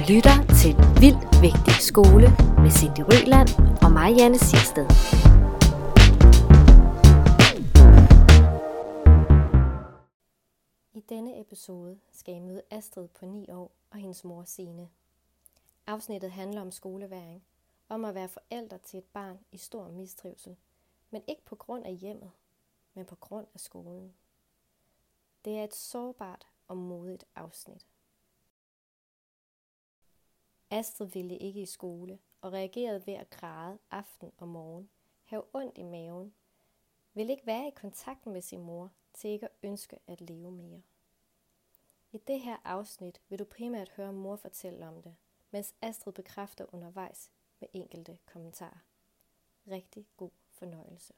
lytter til Vild Vægtig Skole med Cindy Røland og mig, Janne Sirsted. I denne episode skal I møde Astrid på 9 år og hendes mor Signe. Afsnittet handler om skoleværing, om at være forældre til et barn i stor mistrivsel, men ikke på grund af hjemmet, men på grund af skolen. Det er et sårbart og modigt afsnit. Astrid ville ikke i skole og reagerede ved at græde aften og morgen, have ondt i maven, ville ikke være i kontakt med sin mor til ikke at ønske at leve mere. I det her afsnit vil du primært høre mor fortælle om det, mens Astrid bekræfter undervejs med enkelte kommentarer. Rigtig god fornøjelse.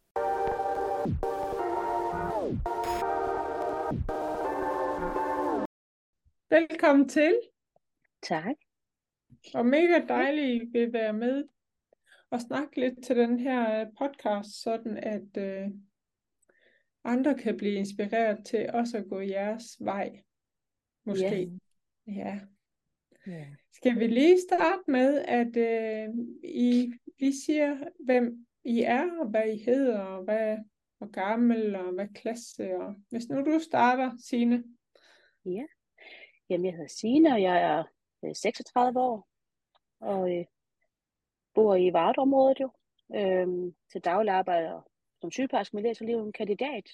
Velkommen til, Tak. og mega dejligt, I vil være med og snakke lidt til den her podcast, sådan at andre kan blive inspireret til også at gå jeres vej, måske. Ja. Skal vi lige starte med, at I lige siger, hvem I er, og hvad I hedder, og hvor gammel, og hvad klasse, og hvis nu du starter, Signe. Ja. Jamen, jeg hedder Signe, og jeg er 36 år, og bor i Varde-området jo. Til daglig arbejder som sygeplejerske, men læser lige en kandidat.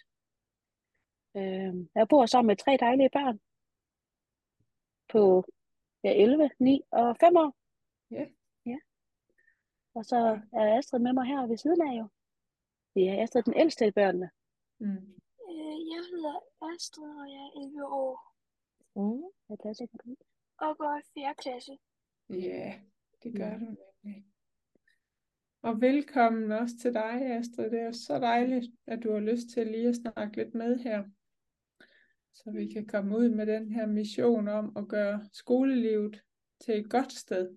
Jeg bor sammen med 3 dejlige børn på 11, 9 og 5 år. Ja. Ja. Og så er Astrid med mig her ved siden af jo. Det er Astrid den ældste af børnene. Jeg hedder Astrid, og jeg er 11 år Hvad klasse er du? og går i 4. klasse. Ja, det gør du nemlig. Og velkommen også til dig, Astrid. Det er så dejligt, at du har lyst til lige at snakke lidt med her. Så vi kan komme ud med den her mission om at gøre skolelivet til et godt sted.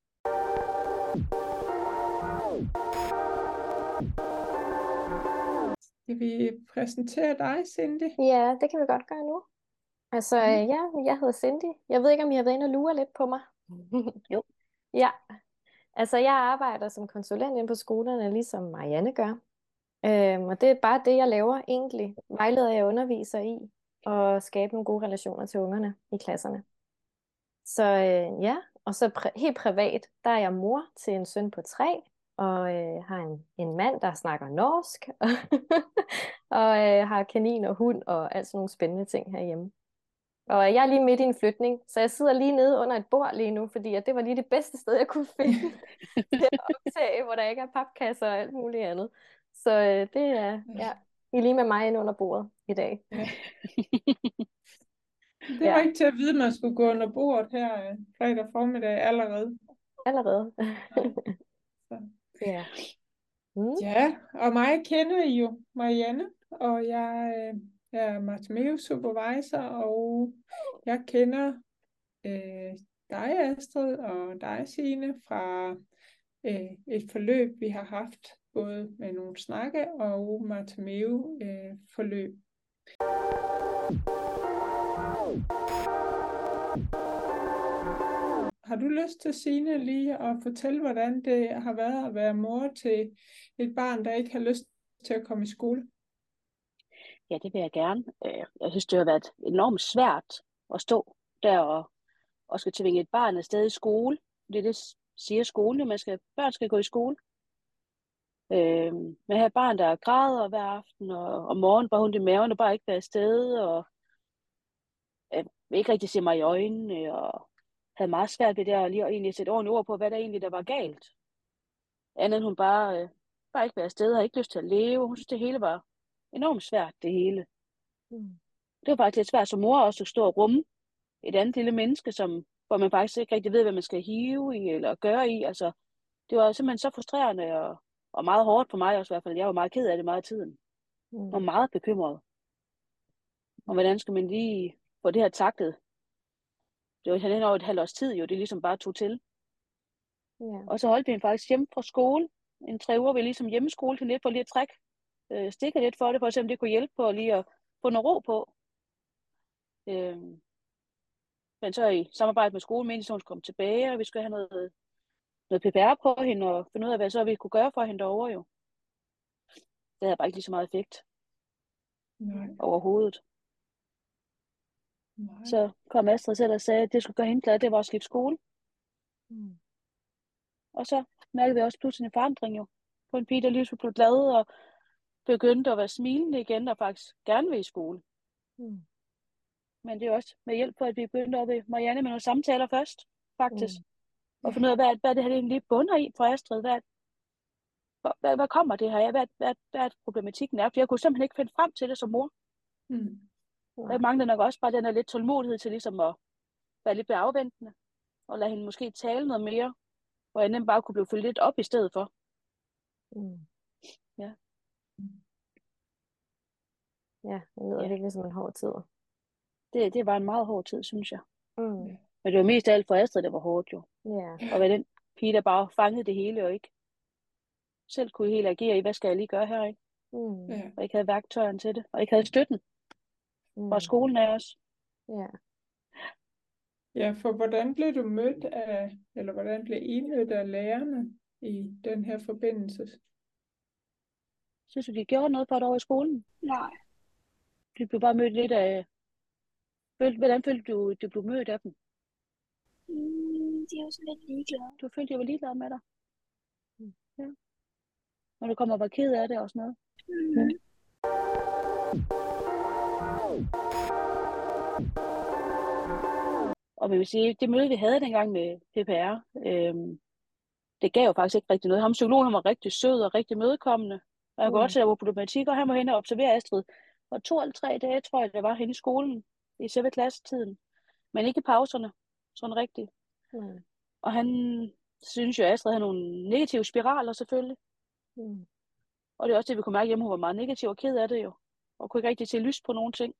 Skal vi præsentere dig, Cindy? Ja, det kan vi godt gøre nu. Altså, jeg hedder Cindy. Jeg ved ikke, om I har været inde og lure lidt på mig. Jo. Ja, altså jeg arbejder som konsulent inde på skolerne, ligesom Marianne gør. Og det er bare det, jeg laver egentlig. Vejleder jeg underviser i, og skabe nogle gode relationer til ungerne i klasserne. Så ja, og så helt privat, der er jeg mor til en søn på 3, og har en mand, der snakker norsk, og har kanin og hund og alt sådan nogle spændende ting herhjemme. Og jeg er lige midt i en flytning, så jeg sidder lige nede under et bord lige nu, fordi det var lige det bedste sted, jeg kunne finde til at optage, hvor der ikke er papkasser og alt muligt andet. Så det er, I er lige med mig inde under bordet i dag. Ja. Det var ikke til at vide, at man skulle gå under bordet her fredag formiddag allerede. Allerede. Så. Ja. Ja, og mig kender I jo, Marianne, og jeg er Matematik supervisor, og jeg kender dig, Astrid, og dig, Signe, fra et forløb, vi har haft, både med nogle snakke og Matematik forløb. Har du lyst til, Signe, lige at fortælle, hvordan det har været at være mor til et barn, der ikke har lyst til at komme i skole? Ja, det vil jeg gerne. Jeg synes, det har været enormt svært at stå der og skal tvinge et barn afsted i skole. Det siger skolen, at børn skal gå i skole. Men her barn, der græder hver aften, og om morgenen bare hun i maven og bare ikke være afsted, og ikke rigtig se mig i øjnene, og havde meget svært ved det at lige egentlig sætte ordentligt ord på, hvad der egentlig der var galt. Andet end hun bare ikke være afsted, havde ikke lyst til at leve. Hun synes, det hele var enormt svært, det hele. Det var faktisk lidt svært som mor også at stå og rumme et andet lille menneske, hvor man faktisk ikke rigtig ved, hvad man skal hive i eller gøre i. Altså, det var simpelthen så frustrerende og meget hårdt for mig også i hvert fald. Jeg var meget ked af det meget af tiden. Og meget bekymret. Og hvordan skal man lige få det her taklet? Det var hen over et halvt års tid jo, det ligesom bare tog til. Og så holdt vi hende faktisk hjemme fra skole. En 3 uger vi ligesom hjemmeskole til lidt for lige at trække stikke lidt for det, for at se om det kunne hjælpe på lige at få noget ro på. Men så i samarbejde med skolen, mente, så hun skulle komme tilbage, og vi skulle have noget PPR på hende, og finde ud af, hvad så vi kunne gøre for hende derovre jo. Det havde bare ikke lige så meget effekt Nej, overhovedet. nej. Så kom Astrid selv og sagde, at det skulle gøre hende glad, det var at skifte skole. Mm. Og så mærkede vi også pludselig en forandring jo. På en pige, der lige blev glad og begyndte at være smilende igen, og faktisk gerne vil i skole. Mm. Men det er også med hjælp på, at vi begyndte op ved Marianne med nogle samtaler først, faktisk. Mm. Og finde ud af, hvad det her egentlig bunder i for Astrid. Hvad kommer det her af? Hvad problematikken er? For jeg kunne simpelthen ikke finde frem til det som mor. Mm. Der manglede nok også bare den her lidt tålmodighed til ligesom at være lidt mere afventende. Og lade hende måske tale noget mere. Hvor jeg nemt bare kunne blive fyldt lidt op i stedet for. Mm. Ja. Ja, det lyder Ja. virkelig som en hård tid. Det var en meget hård tid, synes jeg. Mm. Men det var mest af alt for Astrid, det var hårdt jo. Ja. Og være den pige, der bare fangede det hele og ikke selv kunne helt agere i, hvad skal jeg lige gøre her, ikke? Mm. Ja. Og ikke havde værktøjerne til det. Og ikke havde støtten fra Mm. skolen af os. Ja. Ja, for hvordan blev du mødt af, eller hvordan blev I mødt af lærerne i den her forbindelse? Synes du, de gjorde noget for det over i skolen? Nej. De blev bare mødt lidt af... Hvordan følte du blev mødt af dem? De er jo sådan lidt ligeglade. Du følte, de var ligeglade med dig? Mm. Ja. Når du kommer og var ked af det og sådan noget? Mm. Og vi vil sige, det møde, vi havde dengang med PPR, det gav jo faktisk ikke rigtig noget. Ham psykologen, han var rigtig sød og rigtig mødekommende. Og jeg kunne godt se, at der var problematik, og han var henne og observere Astrid. Og 2 eller 3 dage, tror jeg, det var henne i skolen, i selve klassetiden. Men ikke i pauserne, sådan rigtigt. Mm. Og han synes jo, at Astrid havde nogle negative spiraler selvfølgelig. Mm. Og det er også det, vi kunne mærke hjemme, hun var meget negativ og ked af det jo. Og kunne ikke rigtig se lys på nogen ting.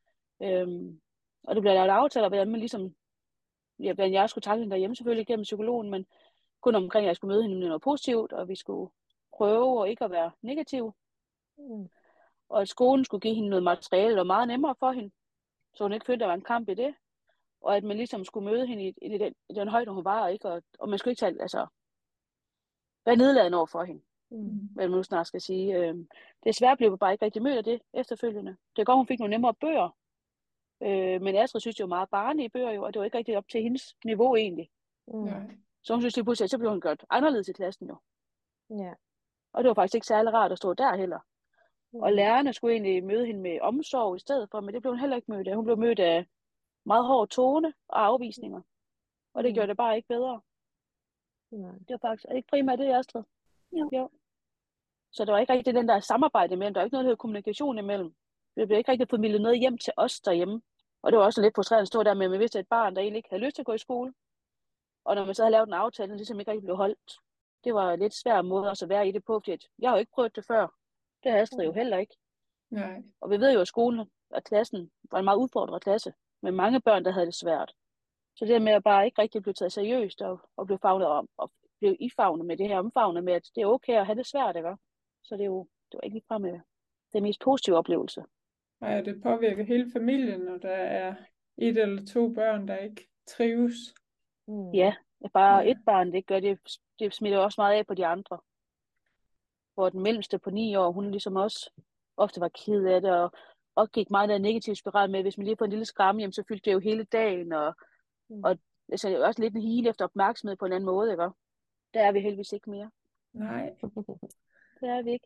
Og det blev lavet aftaler, hvordan man ligesom, ja, hvordan jeg skulle takle hende derhjemme selvfølgelig gennem psykologen, men kun omkring, at jeg skulle møde hende med noget positivt, og vi skulle prøve at ikke at være negativ. Mm. Og at skolen skulle give hende noget materiale, og meget nemmere for hende, så hun ikke følte, at der var en kamp i det. Og at man ligesom skulle møde hende i den højde, hun var, og man skulle ikke tage, altså, være nedladende over for hende. Mm. Hvad man nu snart skal sige. Desværre blev vi bare ikke rigtig mødt af det efterfølgende. Det går, hun fik nogle nemmere bøger. Men Astrid synes jo meget barnlige bøger, jo, og det var ikke rigtig op til hendes niveau egentlig. Mm. Nej. Så hun synes lige pludselig, at så blev hun gjort anderledes i klassen jo. Ja. Og det var faktisk ikke særlig rart at stå der heller. Og Mm. lærerne skulle egentlig møde hende med omsorg i stedet for, men det blev hun heller ikke mødt af. Hun blev mødt af meget hård tone og afvisninger. Og det gjorde det bare ikke bedre. Nej. Det var faktisk ikke primært det, Astrid. Jo. Så der var ikke rigtig den der samarbejde imellem. Der var ikke noget, der hed kommunikation imellem. Det blev ikke rigtig formidlet noget hjem til os derhjemme. Og det var også lidt frustrerende at stå der med, at man vidste, at et barn, der egentlig ikke havde lyst til at gå i skole. Og når man så havde lavet en aftale, den ligesom ikke rigtig blev holdt. Det var en lidt svær måde at være i det på, fordi jeg har jo ikke prøvet det før. Det har Astrid jo heller ikke. Nej. Og vi ved jo, at skolen og klassen var en meget udfordret klasse, med mange børn, der havde det svært. Så det med at bare ikke rigtig blive taget seriøst og blive favnet om, og blive ifavnet med det her omfavnet med, at det er okay at have det svært, ikke? Så det var ikke ligefrem den mest positive oplevelse. Nej, det påvirker hele familien, når der er 1 eller 2 børn, der ikke trives. Mm. Ja, bare Ja. et barn, det gør det smitter også meget af på de andre. Hvor den mellemste på 9 år, hun ligesom også ofte var ked af det, og gik meget af en negativ spiral med, hvis man lige får en lille skram hjem, så fyldte det jo hele dagen, og altså, også lidt en hile efter opmærksomhed på en anden måde, ikke? Der er vi heldigvis ikke mere. Nej. Det er vi ikke.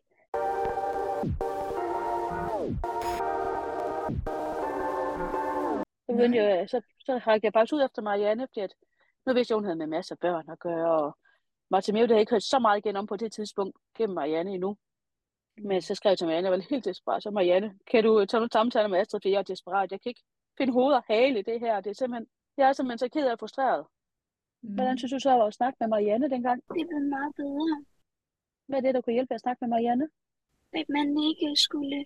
Så begyndte jeg, så rakte jeg faktisk ud efter Marianne, fordi at nu vidste jeg, hun havde med masser af børn at gøre, og Martin Meo, det havde ikke hørt så meget igen om på det tidspunkt gennem Marianne endnu. Men så skrev jeg til Marianne, jeg var helt desperat. Så Marianne, kan du tage nogle samtaler med Astrid, fordi jeg er desperat. Jeg kan ikke finde hoved og hale i det her. Jeg er simpelthen så ked af og frustreret. Hvordan synes du så at snakke med Marianne dengang? Det blev meget bedre. Hvad er det, der kunne hjælpe at snakke med Marianne? At man ikke skulle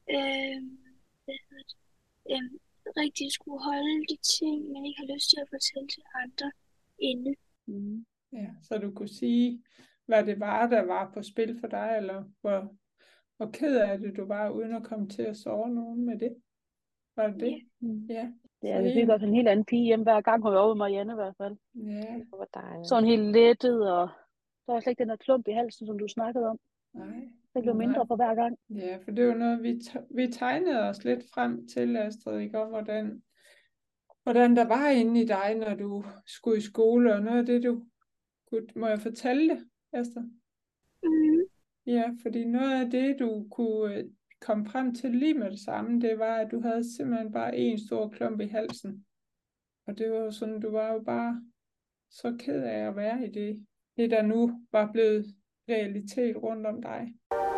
rigtig skulle holde de ting, man ikke har lyst til at fortælle til andre inde. Mm. Ja, så du kunne sige, hvad det var, der var på spil for dig, eller hvor ked af det du var, uden at komme til at såre nogen med det. Var det det? Mm. Ja. Ja, Så vi fik også en helt anden pige hjemme hver gang, hun var over med Marianne i hvert fald. Ja, Det var dejligt. Så var hun helt lettet, og der var slet ikke den der klump i halsen, som du snakkede om. nej. Det blev mindre for hver gang. Ja, for det var noget, vi tegnede os lidt frem til, Astrid, ikke? Og hvordan der var inde i dig, når du skulle i skole, og noget af det, må jeg fortælle det, Astrid? Mm. Ja, fordi noget af det, du kunne komme frem til lige med det samme, det var, at du havde simpelthen bare en stor klump i halsen. Og det var jo sådan, du var jo bare så ked af at være i det der nu var blevet realitet rundt om dig.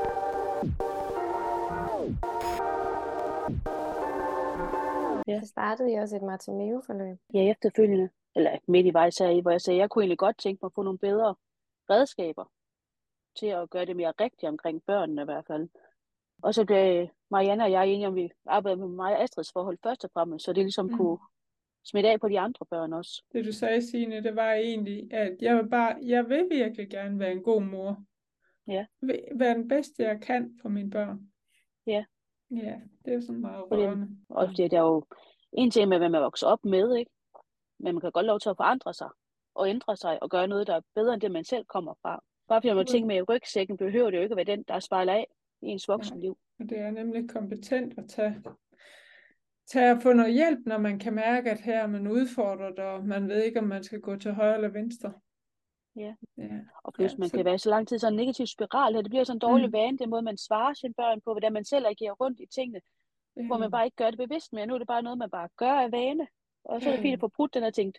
Ja. Så startede I også et Martimeo-forløb. Ja, efterfølgende, eller midt i vej, sagde I, hvor jeg sagde, jeg kunne egentlig godt tænke mig at få nogle bedre redskaber til at gøre det mere rigtigt omkring børnene i hvert fald. Og så blev Marianne og jeg enige om, at vi arbejdede med mig og Astrids forhold først og fremmest, så det ligesom kunne smitte af på de andre børn også. Det du sagde, Signe, det var egentlig, at jeg vil virkelig gerne være en god mor. Ja. Være den bedste, jeg kan for mine børn. Ja. Ja, det er sådan meget Fordi, rørende. og det er jo en ting med, hvad man vokser op med, ikke? Men man kan godt lov til at forandre sig og ændre sig og gøre noget, der er bedre end det, man selv kommer fra. Bare fordi man tænker med i rygsækken, behøver det jo ikke at være den, der spejler af i ens voksenliv. Og det er nemlig kompetent at tage at få noget hjælp, når man kan mærke, at her er man udfordret, og man ved ikke, om man skal gå til højre eller venstre. Ja. Ja. Og plus man kan være så lang tid sådan en negativ spiral, og det bliver sådan en dårlig vane, den måde man svarer sine børn på, hvordan man selv agerer rundt i tingene, hvor man bare ikke gør det bevidst mere. Nu er det bare noget, man bare gør af vane. Og så er det fint at få brudt den og tænkt,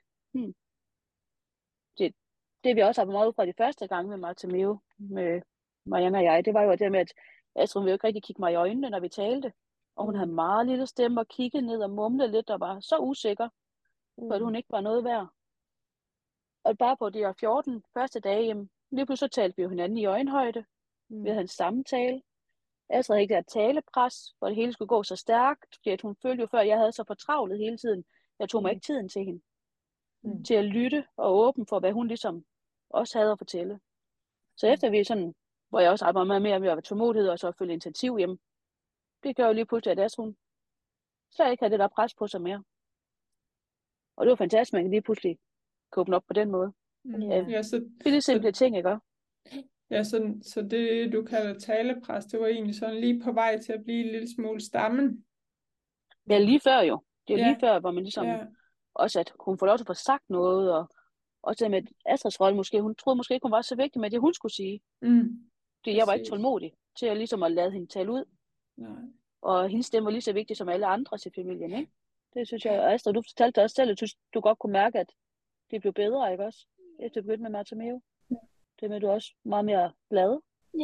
det vi også har meget ud fra de første gange med Martimeo, med Marianne og jeg, det var jo det med, at Astrid ville jo ikke rigtig kigge mig i øjnene, når vi talte. Og hun havde meget lille stemme og kiggede ned og mumlede lidt og var så usikker, for at hun ikke var noget værd. Og bare på de her 14 første dage, jamen, lige pludselig så talte vi jo hinanden i øjenhøjde. Vi havde en samtale. Astrid havde ikke der talepres, hvor det hele skulle gå så stærkt, fordi hun følte jo før, at jeg havde så fortravlet hele tiden. Jeg tog mig ikke tiden til hende. Til at lytte og åbne for, hvad hun ligesom også havde at fortælle. Så efter vi sådan, hvor jeg også arbejdede meget mere med at være tålmodighed og så at følge initiativ hjem, det gør jo lige pludselig, at hun så ikke havde det der pres på sig mere. Og det var fantastisk, man kan lige pludselig kunne åbne op på den måde. Ja, så, det er simple ting, ikke? Ja, så det, du kalder talepres, det var egentlig sådan lige på vej til at blive en lille smule stammen. Ja, lige før jo. Det er lige før, hvor man ligesom også, at hun får lov til at få sagt noget, og også det med Astrids rolle måske. Hun troede måske ikke, hun var så vigtig med det, hun skulle sige. Fordi jeg var ikke tålmodig til at, ligesom at lade hende tale ud. Nej. Og hendes stemme var lige så vigtig som alle andres i familien, ikke? Det synes jeg, og Astrid, du fortalte også selv, at du godt kunne mærke, at det blev bedre, ikke også? Efter du begyndte med Martimeo. Det med, du også meget mere glad.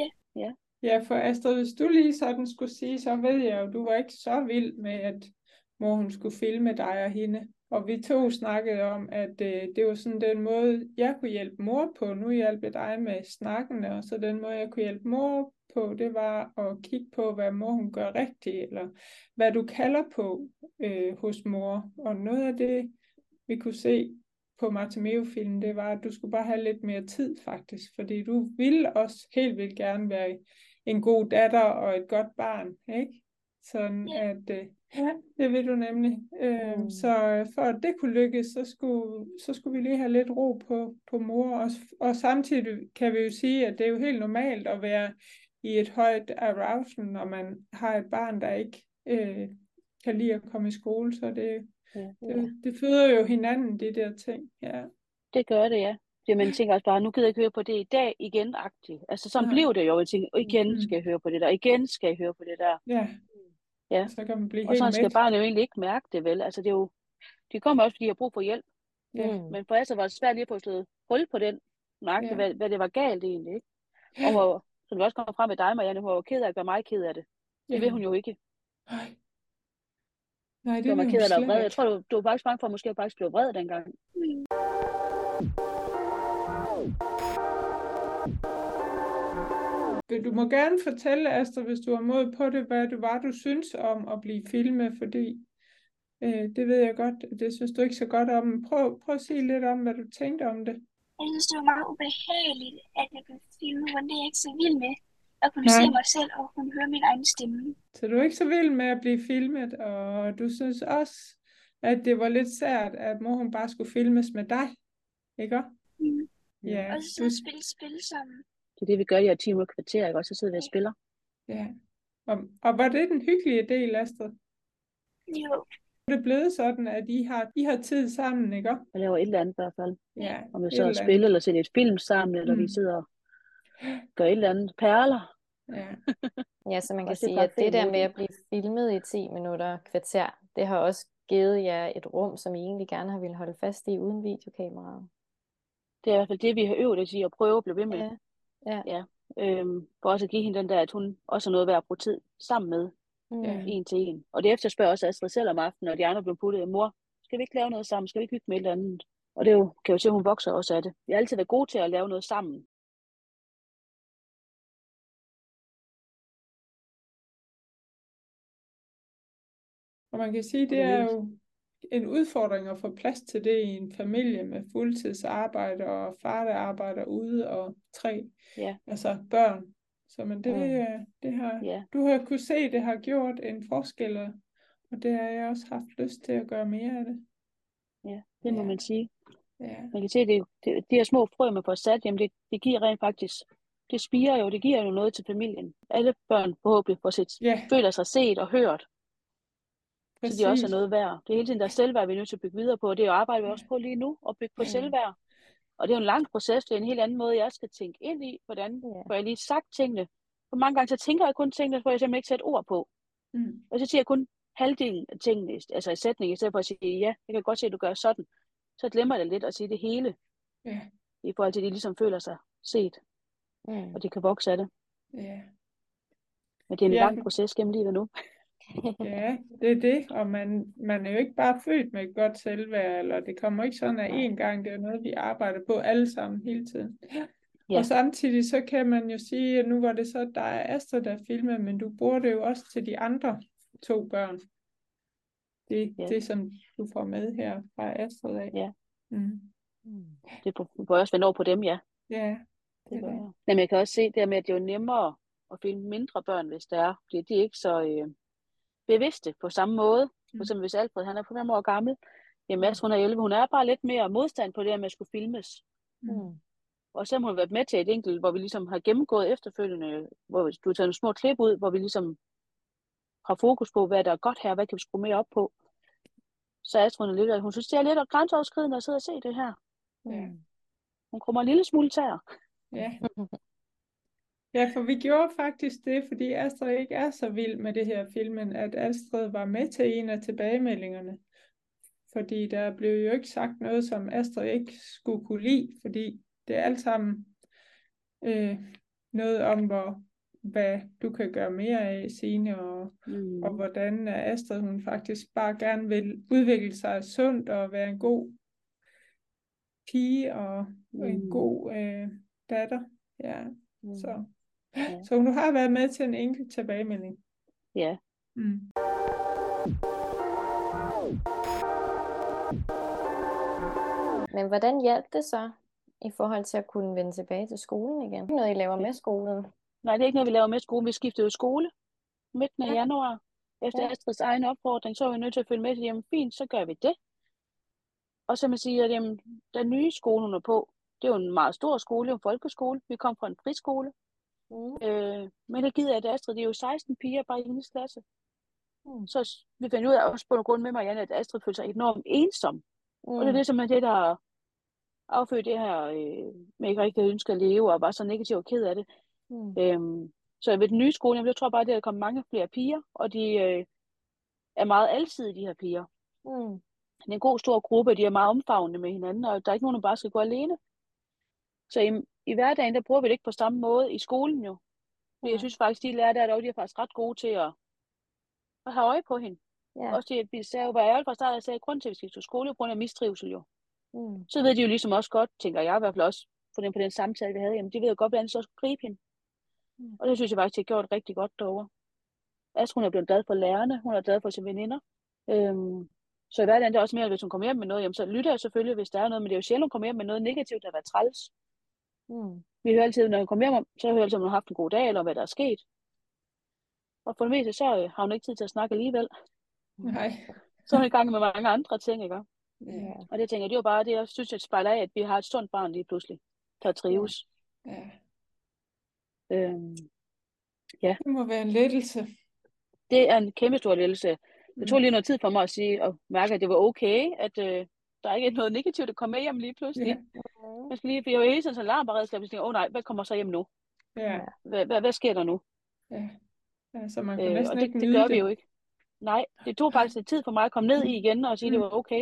Ja, for Astrid, hvis du lige sådan skulle sige, så ved jeg jo, du var ikke så vild med, at mor hun skulle filme dig og hende. Og vi to snakkede om, at det var sådan den måde, jeg kunne hjælpe mor på. Nu hjalp jeg dig med snakkene, og så den måde, jeg kunne hjælpe mor på, det var at kigge på, hvad mor hun gør rigtigt, eller hvad du kalder på hos mor. Og noget af det, vi kunne se på Martimeo-filmen, det var, at du skulle bare have lidt mere tid faktisk, fordi du ville også helt vildt gerne være en god datter og et godt barn, ikke? Sådan at, det vil du nemlig. Så for at det kunne lykkes, så skulle vi lige have lidt ro på mor, og samtidig kan vi jo sige, at det er jo helt normalt at være i et højt arousal, når man har et barn, der ikke kan lide at komme i skole, så det føder jo hinanden, de der ting. Ja. Det gør det, ja. Fordi man tænker også bare, nu gider jeg ikke høre på det i dag igen-agtigt. Altså sådan blev det jo. Jeg tænker, igen skal jeg høre på det der, igen skal jeg høre på det der. Ja. Så kan man blive og helt sådan skal mæt. barnet jo egentlig ikke mærke det, vel? Altså det er jo, de kommer også, fordi de har brug for hjælp. Men for Astrid var det svært lige at få slået hul på den, hvad det var galt egentlig, ikke? Og hvor, som du også kommer frem med dig, Marianne, hun var ked af at gøre mig ked af det. Det vil hun jo ikke. Nej, det vil hun ked af slet vred. ikke. Jeg tror, du var faktisk bange for, at måske faktisk blev vred dengang. Du må gerne fortælle, Astrid, hvis du har mod på det, hvad det var, du synes om at blive filmet, fordi det ved jeg godt, det synes du ikke så godt om. Prøv at sige lidt om, hvad du tænkte om det. Jeg synes, det var meget ubehageligt, at jeg blev filmet, hvor det er jeg ikke så vild med. at kunne Nej, se mig selv og kunne høre min egen stemme. så du er ikke så vild med at blive filmet, og du synes også, at det var lidt sært, at mor hun bare skulle filmes med dig, ikke også? Mm. Ja, Og så sidde og spille spil sammen. Det er det, vi gør i et time og kvarter, ikke? Og så sidder vi og spiller. ja. Og var det den hyggelige del, Astrid? Jo, Er det blevet sådan, at I har tid sammen, ikke også? Og laver et eller andet i hvert fald. Ja, Om vi et så eller spiller andet. eller ser et film sammen, eller vi Mm. sidder og gør et eller andet perler. Ja, Ja, så man kan Også det sige, fra at det der ferien. med at blive filmet i 10 minutter, kvarter, det har også givet jer et rum, som I egentlig gerne har ville holde fast i uden videokameraet. Det er i hvert fald det, vi har øvet os i at prøve at blive ved med. Ja, ja. Ja. For også at give hende den der, at hun også har noget værd at bruge tid sammen med, ja, en til en. Og det efterspørger også Astrid selv om aftenen, når de andre bliver puttet. Mor, skal vi ikke lave noget sammen? Skal vi ikke hygge med et eller andet? Og det er jo, kan jeg jo se, at hun vokser også af det. Vi har altid været gode til at lave noget sammen. og man kan sige, det er jo en udfordring at få plads til det i en familie med fuldtidsarbejde og far, der arbejder ude, og 3 Ja. altså børn. Så men det, det har, Ja. du har kunnet se, det har gjort en forskel, og det har jeg også haft lyst til at gøre mere af det. Ja, det må Ja. man sige. Ja, Man kan se, at de her små frø, man får sat, jamen det giver rent faktisk, det spirer jo, det giver jo noget til familien. Alle børn forhåbentlig får ja, føler sig set og hørt, så de også præcis. er noget værd. Det er hele tiden deres selvværd, vi er nødt til at bygge videre på, og det arbejder vi også på lige nu, at bygge på selvværd. Og det er jo en lang proces, det er en helt anden måde, jeg skal tænke ind i, hvordan får jeg lige sagt tingene. For mange gange så tænker jeg kun tingene, hvor jeg simpelthen ikke sætter ord på. Mm. Og så siger jeg kun halvdelen af tingene, altså i sætningen, i stedet for at sige, ja, jeg kan godt se, at du gør sådan. Så glemmer jeg det lidt at sige det hele, Ja, i forhold til, at de ligesom føler sig set, og de kan vokse af det. ja. Men det er en Ja. lang proces gennem livet nu. Ja, det er det, og man er jo ikke bare født med et godt selvværd, eller det kommer ikke sådan af én gang, det er noget, vi arbejder på alle sammen hele tiden. Ja. Og samtidig så kan man jo sige, at nu var det så dig og Astrid, der filmede, men du bruger det jo også til de andre 2 børn. Det som du får med her fra Astrid af. Ja. Mm. Det får også vende over på dem, ja. Ja, Det gør jeg. Men jeg kan også se det med, at det er jo nemmere at filme mindre børn, hvis det er. Fordi de er ikke så bevidste på samme måde. For eksempel hvis Alfred, han er på 5 år gammel. Jamen Astrid, hun er 11. Hun er bare lidt mere modstand på det her med at skulle filmes. Og så har hun været med til et enkelt, hvor vi ligesom har gennemgået efterfølgende, hvor du tager nogle små klip ud, hvor vi ligesom har fokus på, hvad der er godt her, hvad kan vi skrue mere op på. Så Astrid, hun synes, det er lidt grænseoverskridende at sidde og se det her. Ja. Hun krummer en lille smule tæer. Ja. Ja, for vi gjorde faktisk det, fordi Astrid ikke er så vild med det her filmen, at Astrid var med til en af tilbagemeldingerne. Fordi der blev jo ikke sagt noget, som Astrid ikke skulle kunne lide, fordi det er alt sammen noget om, hvad du kan gøre mere af, Signe, og hvordan Astrid hun faktisk bare gerne vil udvikle sig sundt og være en god pige og en god datter. Ja. Så hun har været med til en enkelt tilbagemelding. Ja. Men hvordan hjalp det så i forhold til at kunne vende tilbage til skolen igen? Det er noget, I laver med skolen? Nej, det er ikke noget, vi laver med skole. Vi skiftede jo skole midten af januar. Efter Astrids egen opfordring, så var vi nødt til at følge med til, jamen fint, så gør vi det. Og så man siger, at jamen, den nye skole, hun er på, det er jo en meget stor skole, en folkeskole. Vi kom fra en friskole. Men det gider jeg, at Astrid, det er jo 16 piger bare i hendes klasse. Så vi fandt ud af, også på grund med Marianne, at Astrid følte sig enormt ensom. Og det er det, som er det, der affødt det her, med ikke rigtig ønsker at leve, og var så negativ og ked af det. Så ved den nye skole, jeg tror bare, at der kommer mange flere piger, og de er meget alsidige, de her piger. Det er en god stor gruppe, de er meget omfavnende med hinanden, og der er ikke nogen, der bare skal gå alene. Så i hverdagen, der bruger vi det ikke på samme måde i skolen jo. Men jeg synes faktisk, de lærere der, de er faktisk ret gode til at have øje på hende. Også det, at vi sagde jo, hvad jeg fra start, jeg sagde, grund til, at vi skal til skole, på grund af mistrivsel jo. Så ved de jo ligesom også godt, tænker jeg i hvert fald også, på den samtale, vi havde, jamen de ved jo godt, hvordan de så skulle gribe hende. Og det synes jeg faktisk, de har gjort rigtig godt derovre. Altså hun er blevet glad for lærerne, hun er glad for sine veninder. Så i hverdagen det er også mere, at hvis hun kommer hjem med noget, jamen, så lytter jeg selvfølgelig, hvis der er noget, men det er jo sjældent, hun kommer hjem med noget negativt, der har været træls. Vi hører altid, når hun kommer hjem, så hører jeg altid, om hun har haft en god dag, eller hvad der er sket. Og for det meste, så har hun ikke tid til at snakke alligevel. Nej. Så er hun i gang med mange andre ting, ikke? Ja. Og det tænker jeg, det er jo bare det, jeg synes, jeg spejler af, at vi har et sundt barn lige pludselig, der trives. Ja. Ja. Det må være en lettelse. Det er en kæmpe stor lettelse. Det tog lige noget tid for mig at sige og mærke, at det var okay, at der ikke er noget negativt, der kommer med hjem lige pludselig. Ja. Jeg skal lige, for jeg var hele tiden sådan alarmberedskab, og tænkte, nej, hvad kommer så hjem nu? Ja. Hvad sker der nu? Ja. Ja, så man kan næsten og ikke det nyde gør vi jo ikke. Nej, det tog faktisk lidt tid for mig at komme ned i igen og sige, at det var okay.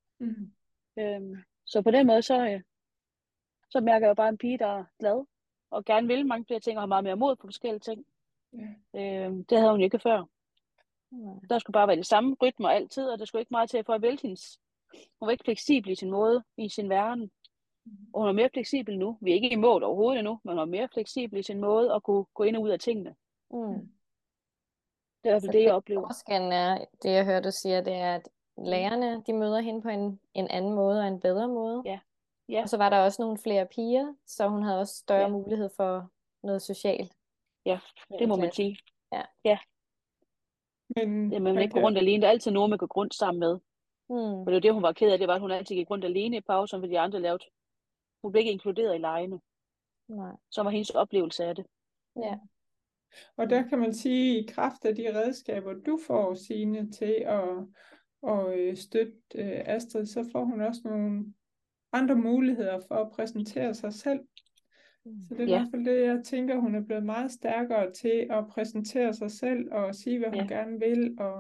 Så på den måde, så mærker jeg bare en pige, der er glad, og gerne vil mange flere ting, og har meget mere mod på forskellige ting. Ja. Det havde hun ikke før. Der skulle bare være det samme rytme altid, og der skulle ikke meget til for at vælte hendes. Hun var ikke fleksibel i sin måde, i sin verden. Og hun er mere fleksibel nu. Vi er ikke i mål overhovedet endnu, men hun er mere fleksibel i sin måde at kunne gå ind og ud af tingene. Det er i hvert fald det, jeg oplever. Forskellen er, det jeg hører, du siger, det er, at lærerne, de møder hende på en anden måde og en bedre måde. Ja. Og så var der også nogle flere piger, så hun havde også større mulighed for noget socialt. Ja, det må man sige. Ja. Men man vil ikke gå rundt alene. Der er altid nogen, man går rundt sammen med. For det var det, hun var ked af. Det var, at hun altid gik rundt alene i pausen, fordi de andre lavede. Hun blev ikke inkluderet i legene. Nej. Så var hendes oplevelse af det. Ja. Og der kan man sige, i kraft af de redskaber, du får, Signe, til at støtte Astrid, så får hun også nogle andre muligheder for at præsentere sig selv. Så det er i hvert fald det, jeg tænker, hun er blevet meget stærkere til at præsentere sig selv og sige, hvad hun gerne vil, og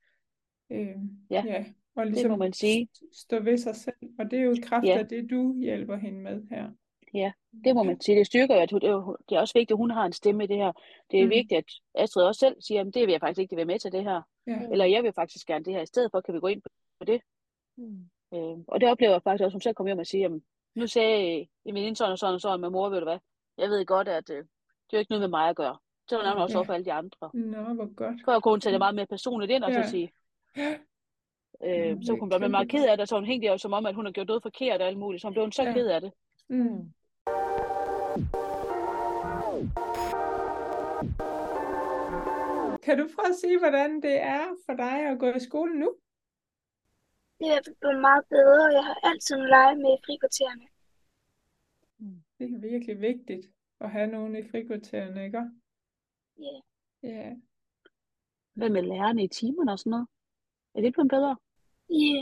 og ligesom det må man sige. Stå ved sig selv. Og det er jo i kraft af det, du hjælper hende med her. Ja, det må man sige. Det styrker jo, at det er også vigtigt, at hun har en stemme i det her. Det er vigtigt, at Astrid også selv siger, at det vil jeg faktisk ikke være med til det her. Eller jeg vil faktisk gerne det her i stedet for, kan vi gå ind på det. Og det oplever jeg faktisk også, hun selv kommer hjem og siger, nu sagde en veninde sådan og sådan og sådan med mor, ved du hvad, jeg ved godt, at det er jo ikke noget med mig at gøre. Det var nærmest også over for alle de andre. Nå, hvor godt. Så kunne hun tage det meget mere personligt ind og så sige, så kunne hun blive meget ked af det, så hun hængte jo som om, at hun har gjort noget forkert og alt muligt, så hun blev så ked af det. Kan du prøve at sige, hvordan det er for dig at gå i skole nu? Det er blevet meget bedre, og jeg har altid lege med i frikvartererne. Det er virkelig vigtigt at have nogen i frikvartererne, ikke? Ja. Ja. Hvad med lærerne i timerne og sådan noget? Er det blevet bedre? Ja.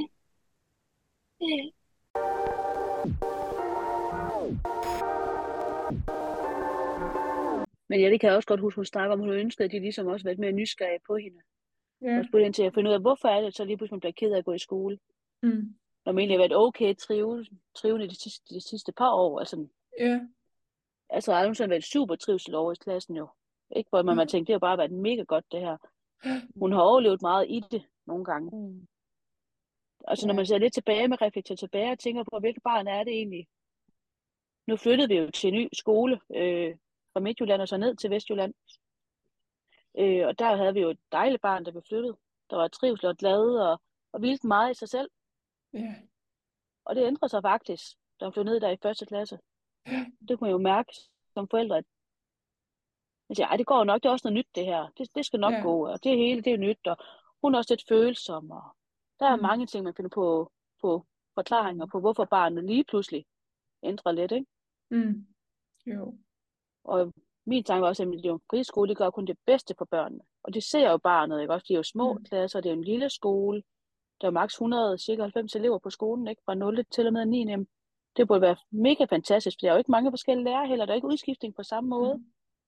Men det kan jeg også godt huske, hun snakker om, hun ønskede, at de ligesom også været mere nysgerrige på hende. Ja. Og spurgte ind til at finde ud af, hvorfor er det, så lige pludselig bliver ked af at gå i skole. Når man egentlig har været okay trivende de sidste par år. Altså, altså har hun sådan været super trivsel over i klassen jo. Ikke hvor man tænkte, det har bare været mega godt det her. Hun har overlevet meget i det nogle gange. Altså når man ser lidt tilbage med reflekterer tilbage og tænker på, hvilket barn er det egentlig. Nu flyttede vi jo til en ny skole fra Midtjylland og så ned til Vestjylland. Og der havde vi jo et dejligt barn, der blev flyttet. Der var trivsel og glad og vildt meget i sig selv. Og det ændrede sig faktisk, da hun flyttede ned der i første klasse. Det kunne jeg jo mærke som forældre. Jeg siger, det går nok, det er også noget nyt det her. Det skal nok gå, og det hele, det er nyt. Og hun er også lidt følsom. Og der er mange ting, man finder på forklaringer på, hvorfor barnet lige pludselig ændrer lidt, ikke? Jo. Og min tanke var også, at det friskole, det gør kun det bedste for børnene. Og det ser jo barnet, ikke? Også de er jo små klasser, det er en lille skole. Der er maks 100, cirka 90 elever på skolen, ikke? Fra 0 til og med 9. Det burde være mega fantastisk, for der er jo ikke mange forskellige lærere heller. Der er ikke udskiftning på samme måde.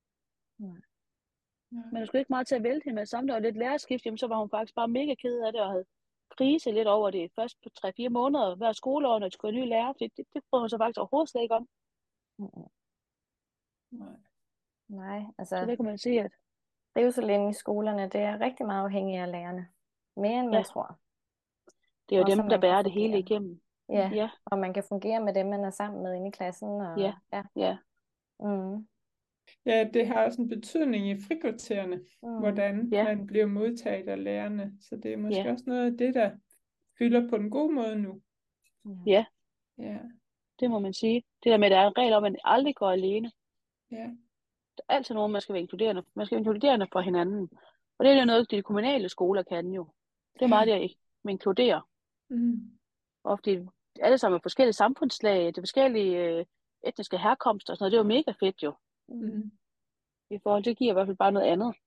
Men der skulle ikke meget til at vælte hende med samme. Der var lidt lærerskift, jamen, så var hun faktisk bare mega ked af det, og havde krise lidt over det først på 3-4 måneder hver skoleår, når de skulle have en ny lærer. Det prøvede hun så faktisk overhovedet slet ikke om. Nej, altså så det kan man sige, at trivsel i skolerne, det er rigtig meget afhængigt af lærerne. Mere end man tror. Det er jo også dem, der bærer det hele igennem. Ja, og man kan fungere med dem, man er sammen med inde i klassen. Og, Ja, det har også en betydning i frikvartererne, hvordan man bliver modtaget af lærerne. Så det er måske også noget af det, der fylder på den gode måde nu. Ja. Det må man sige. Det der med, at der er en regel om, at man aldrig går alene. Ja. Der er altid nogen, man skal være inkluderende. Man skal være inkluderende for hinanden. Og det er jo noget, de kommunale skoler kan jo. Det er meget det at inkludere. Ofte alle sammen er forskellige samfundslag, det er forskellige etniske herkomster og sådan noget. Det er jo mega fedt jo. I forhold til, det giver i hvert fald bare noget andet.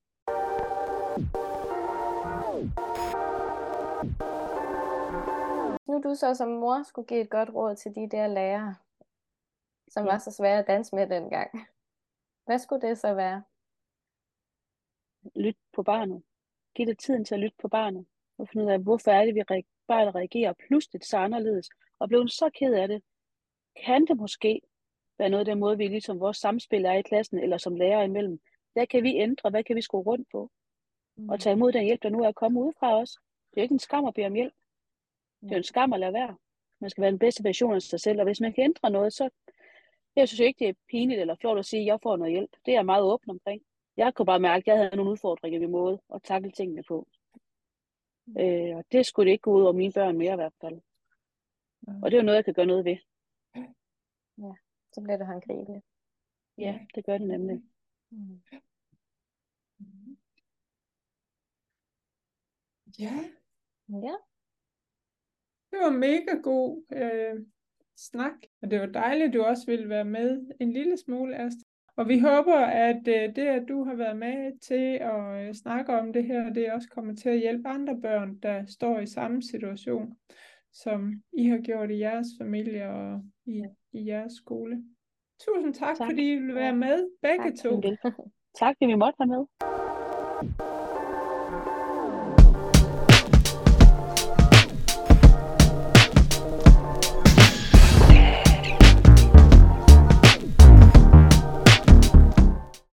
Nu du så som mor skulle give et godt råd til de der lærere, som var så svære at danse med dengang. Hvad skulle det så være? Lyt på barnet. Giv det tiden til at lytte på barnet. Og finde ud af, hvorfor er det, barnet reagerer pludseligt så anderledes. Og blev så ked af det. Kan det måske være noget af den måde, vi ligesom vores samspil er i klassen, eller som lærer imellem? Hvad kan vi ændre? Hvad kan vi skrue rundt på? Og tage imod den hjælp, der nu er at komme udefra os. Det er jo ikke en skam at bede om hjælp. Det er jo en skam at lade være. Man skal være den bedste version af sig selv, og hvis man kan ændre noget, så jeg synes ikke, det er pinligt eller flot at sige, at jeg får noget hjælp. Det er jeg meget åben omkring. Jeg kunne bare mærke, at jeg havde nogle udfordringer ved måde at takle tingene på. Og det skulle det ikke gå ud over mine børn mere i hvert fald. Og det er jo noget, jeg kan gøre noget ved. Ja, så bliver det håndgribeligt. Ja, det gør det nemlig. Ja. Ja. Det var mega god snak, og det var dejligt, at du også ville være med en lille smule, Astrid. Og vi håber, at det, at du har været med til at snakke om det her, det også kommer til at hjælpe andre børn, der står i samme situation, som I har gjort i jeres familie og i jeres skole. Tusind tak, fordi I ville være med, begge to. Tak, fordi vi måtte være med.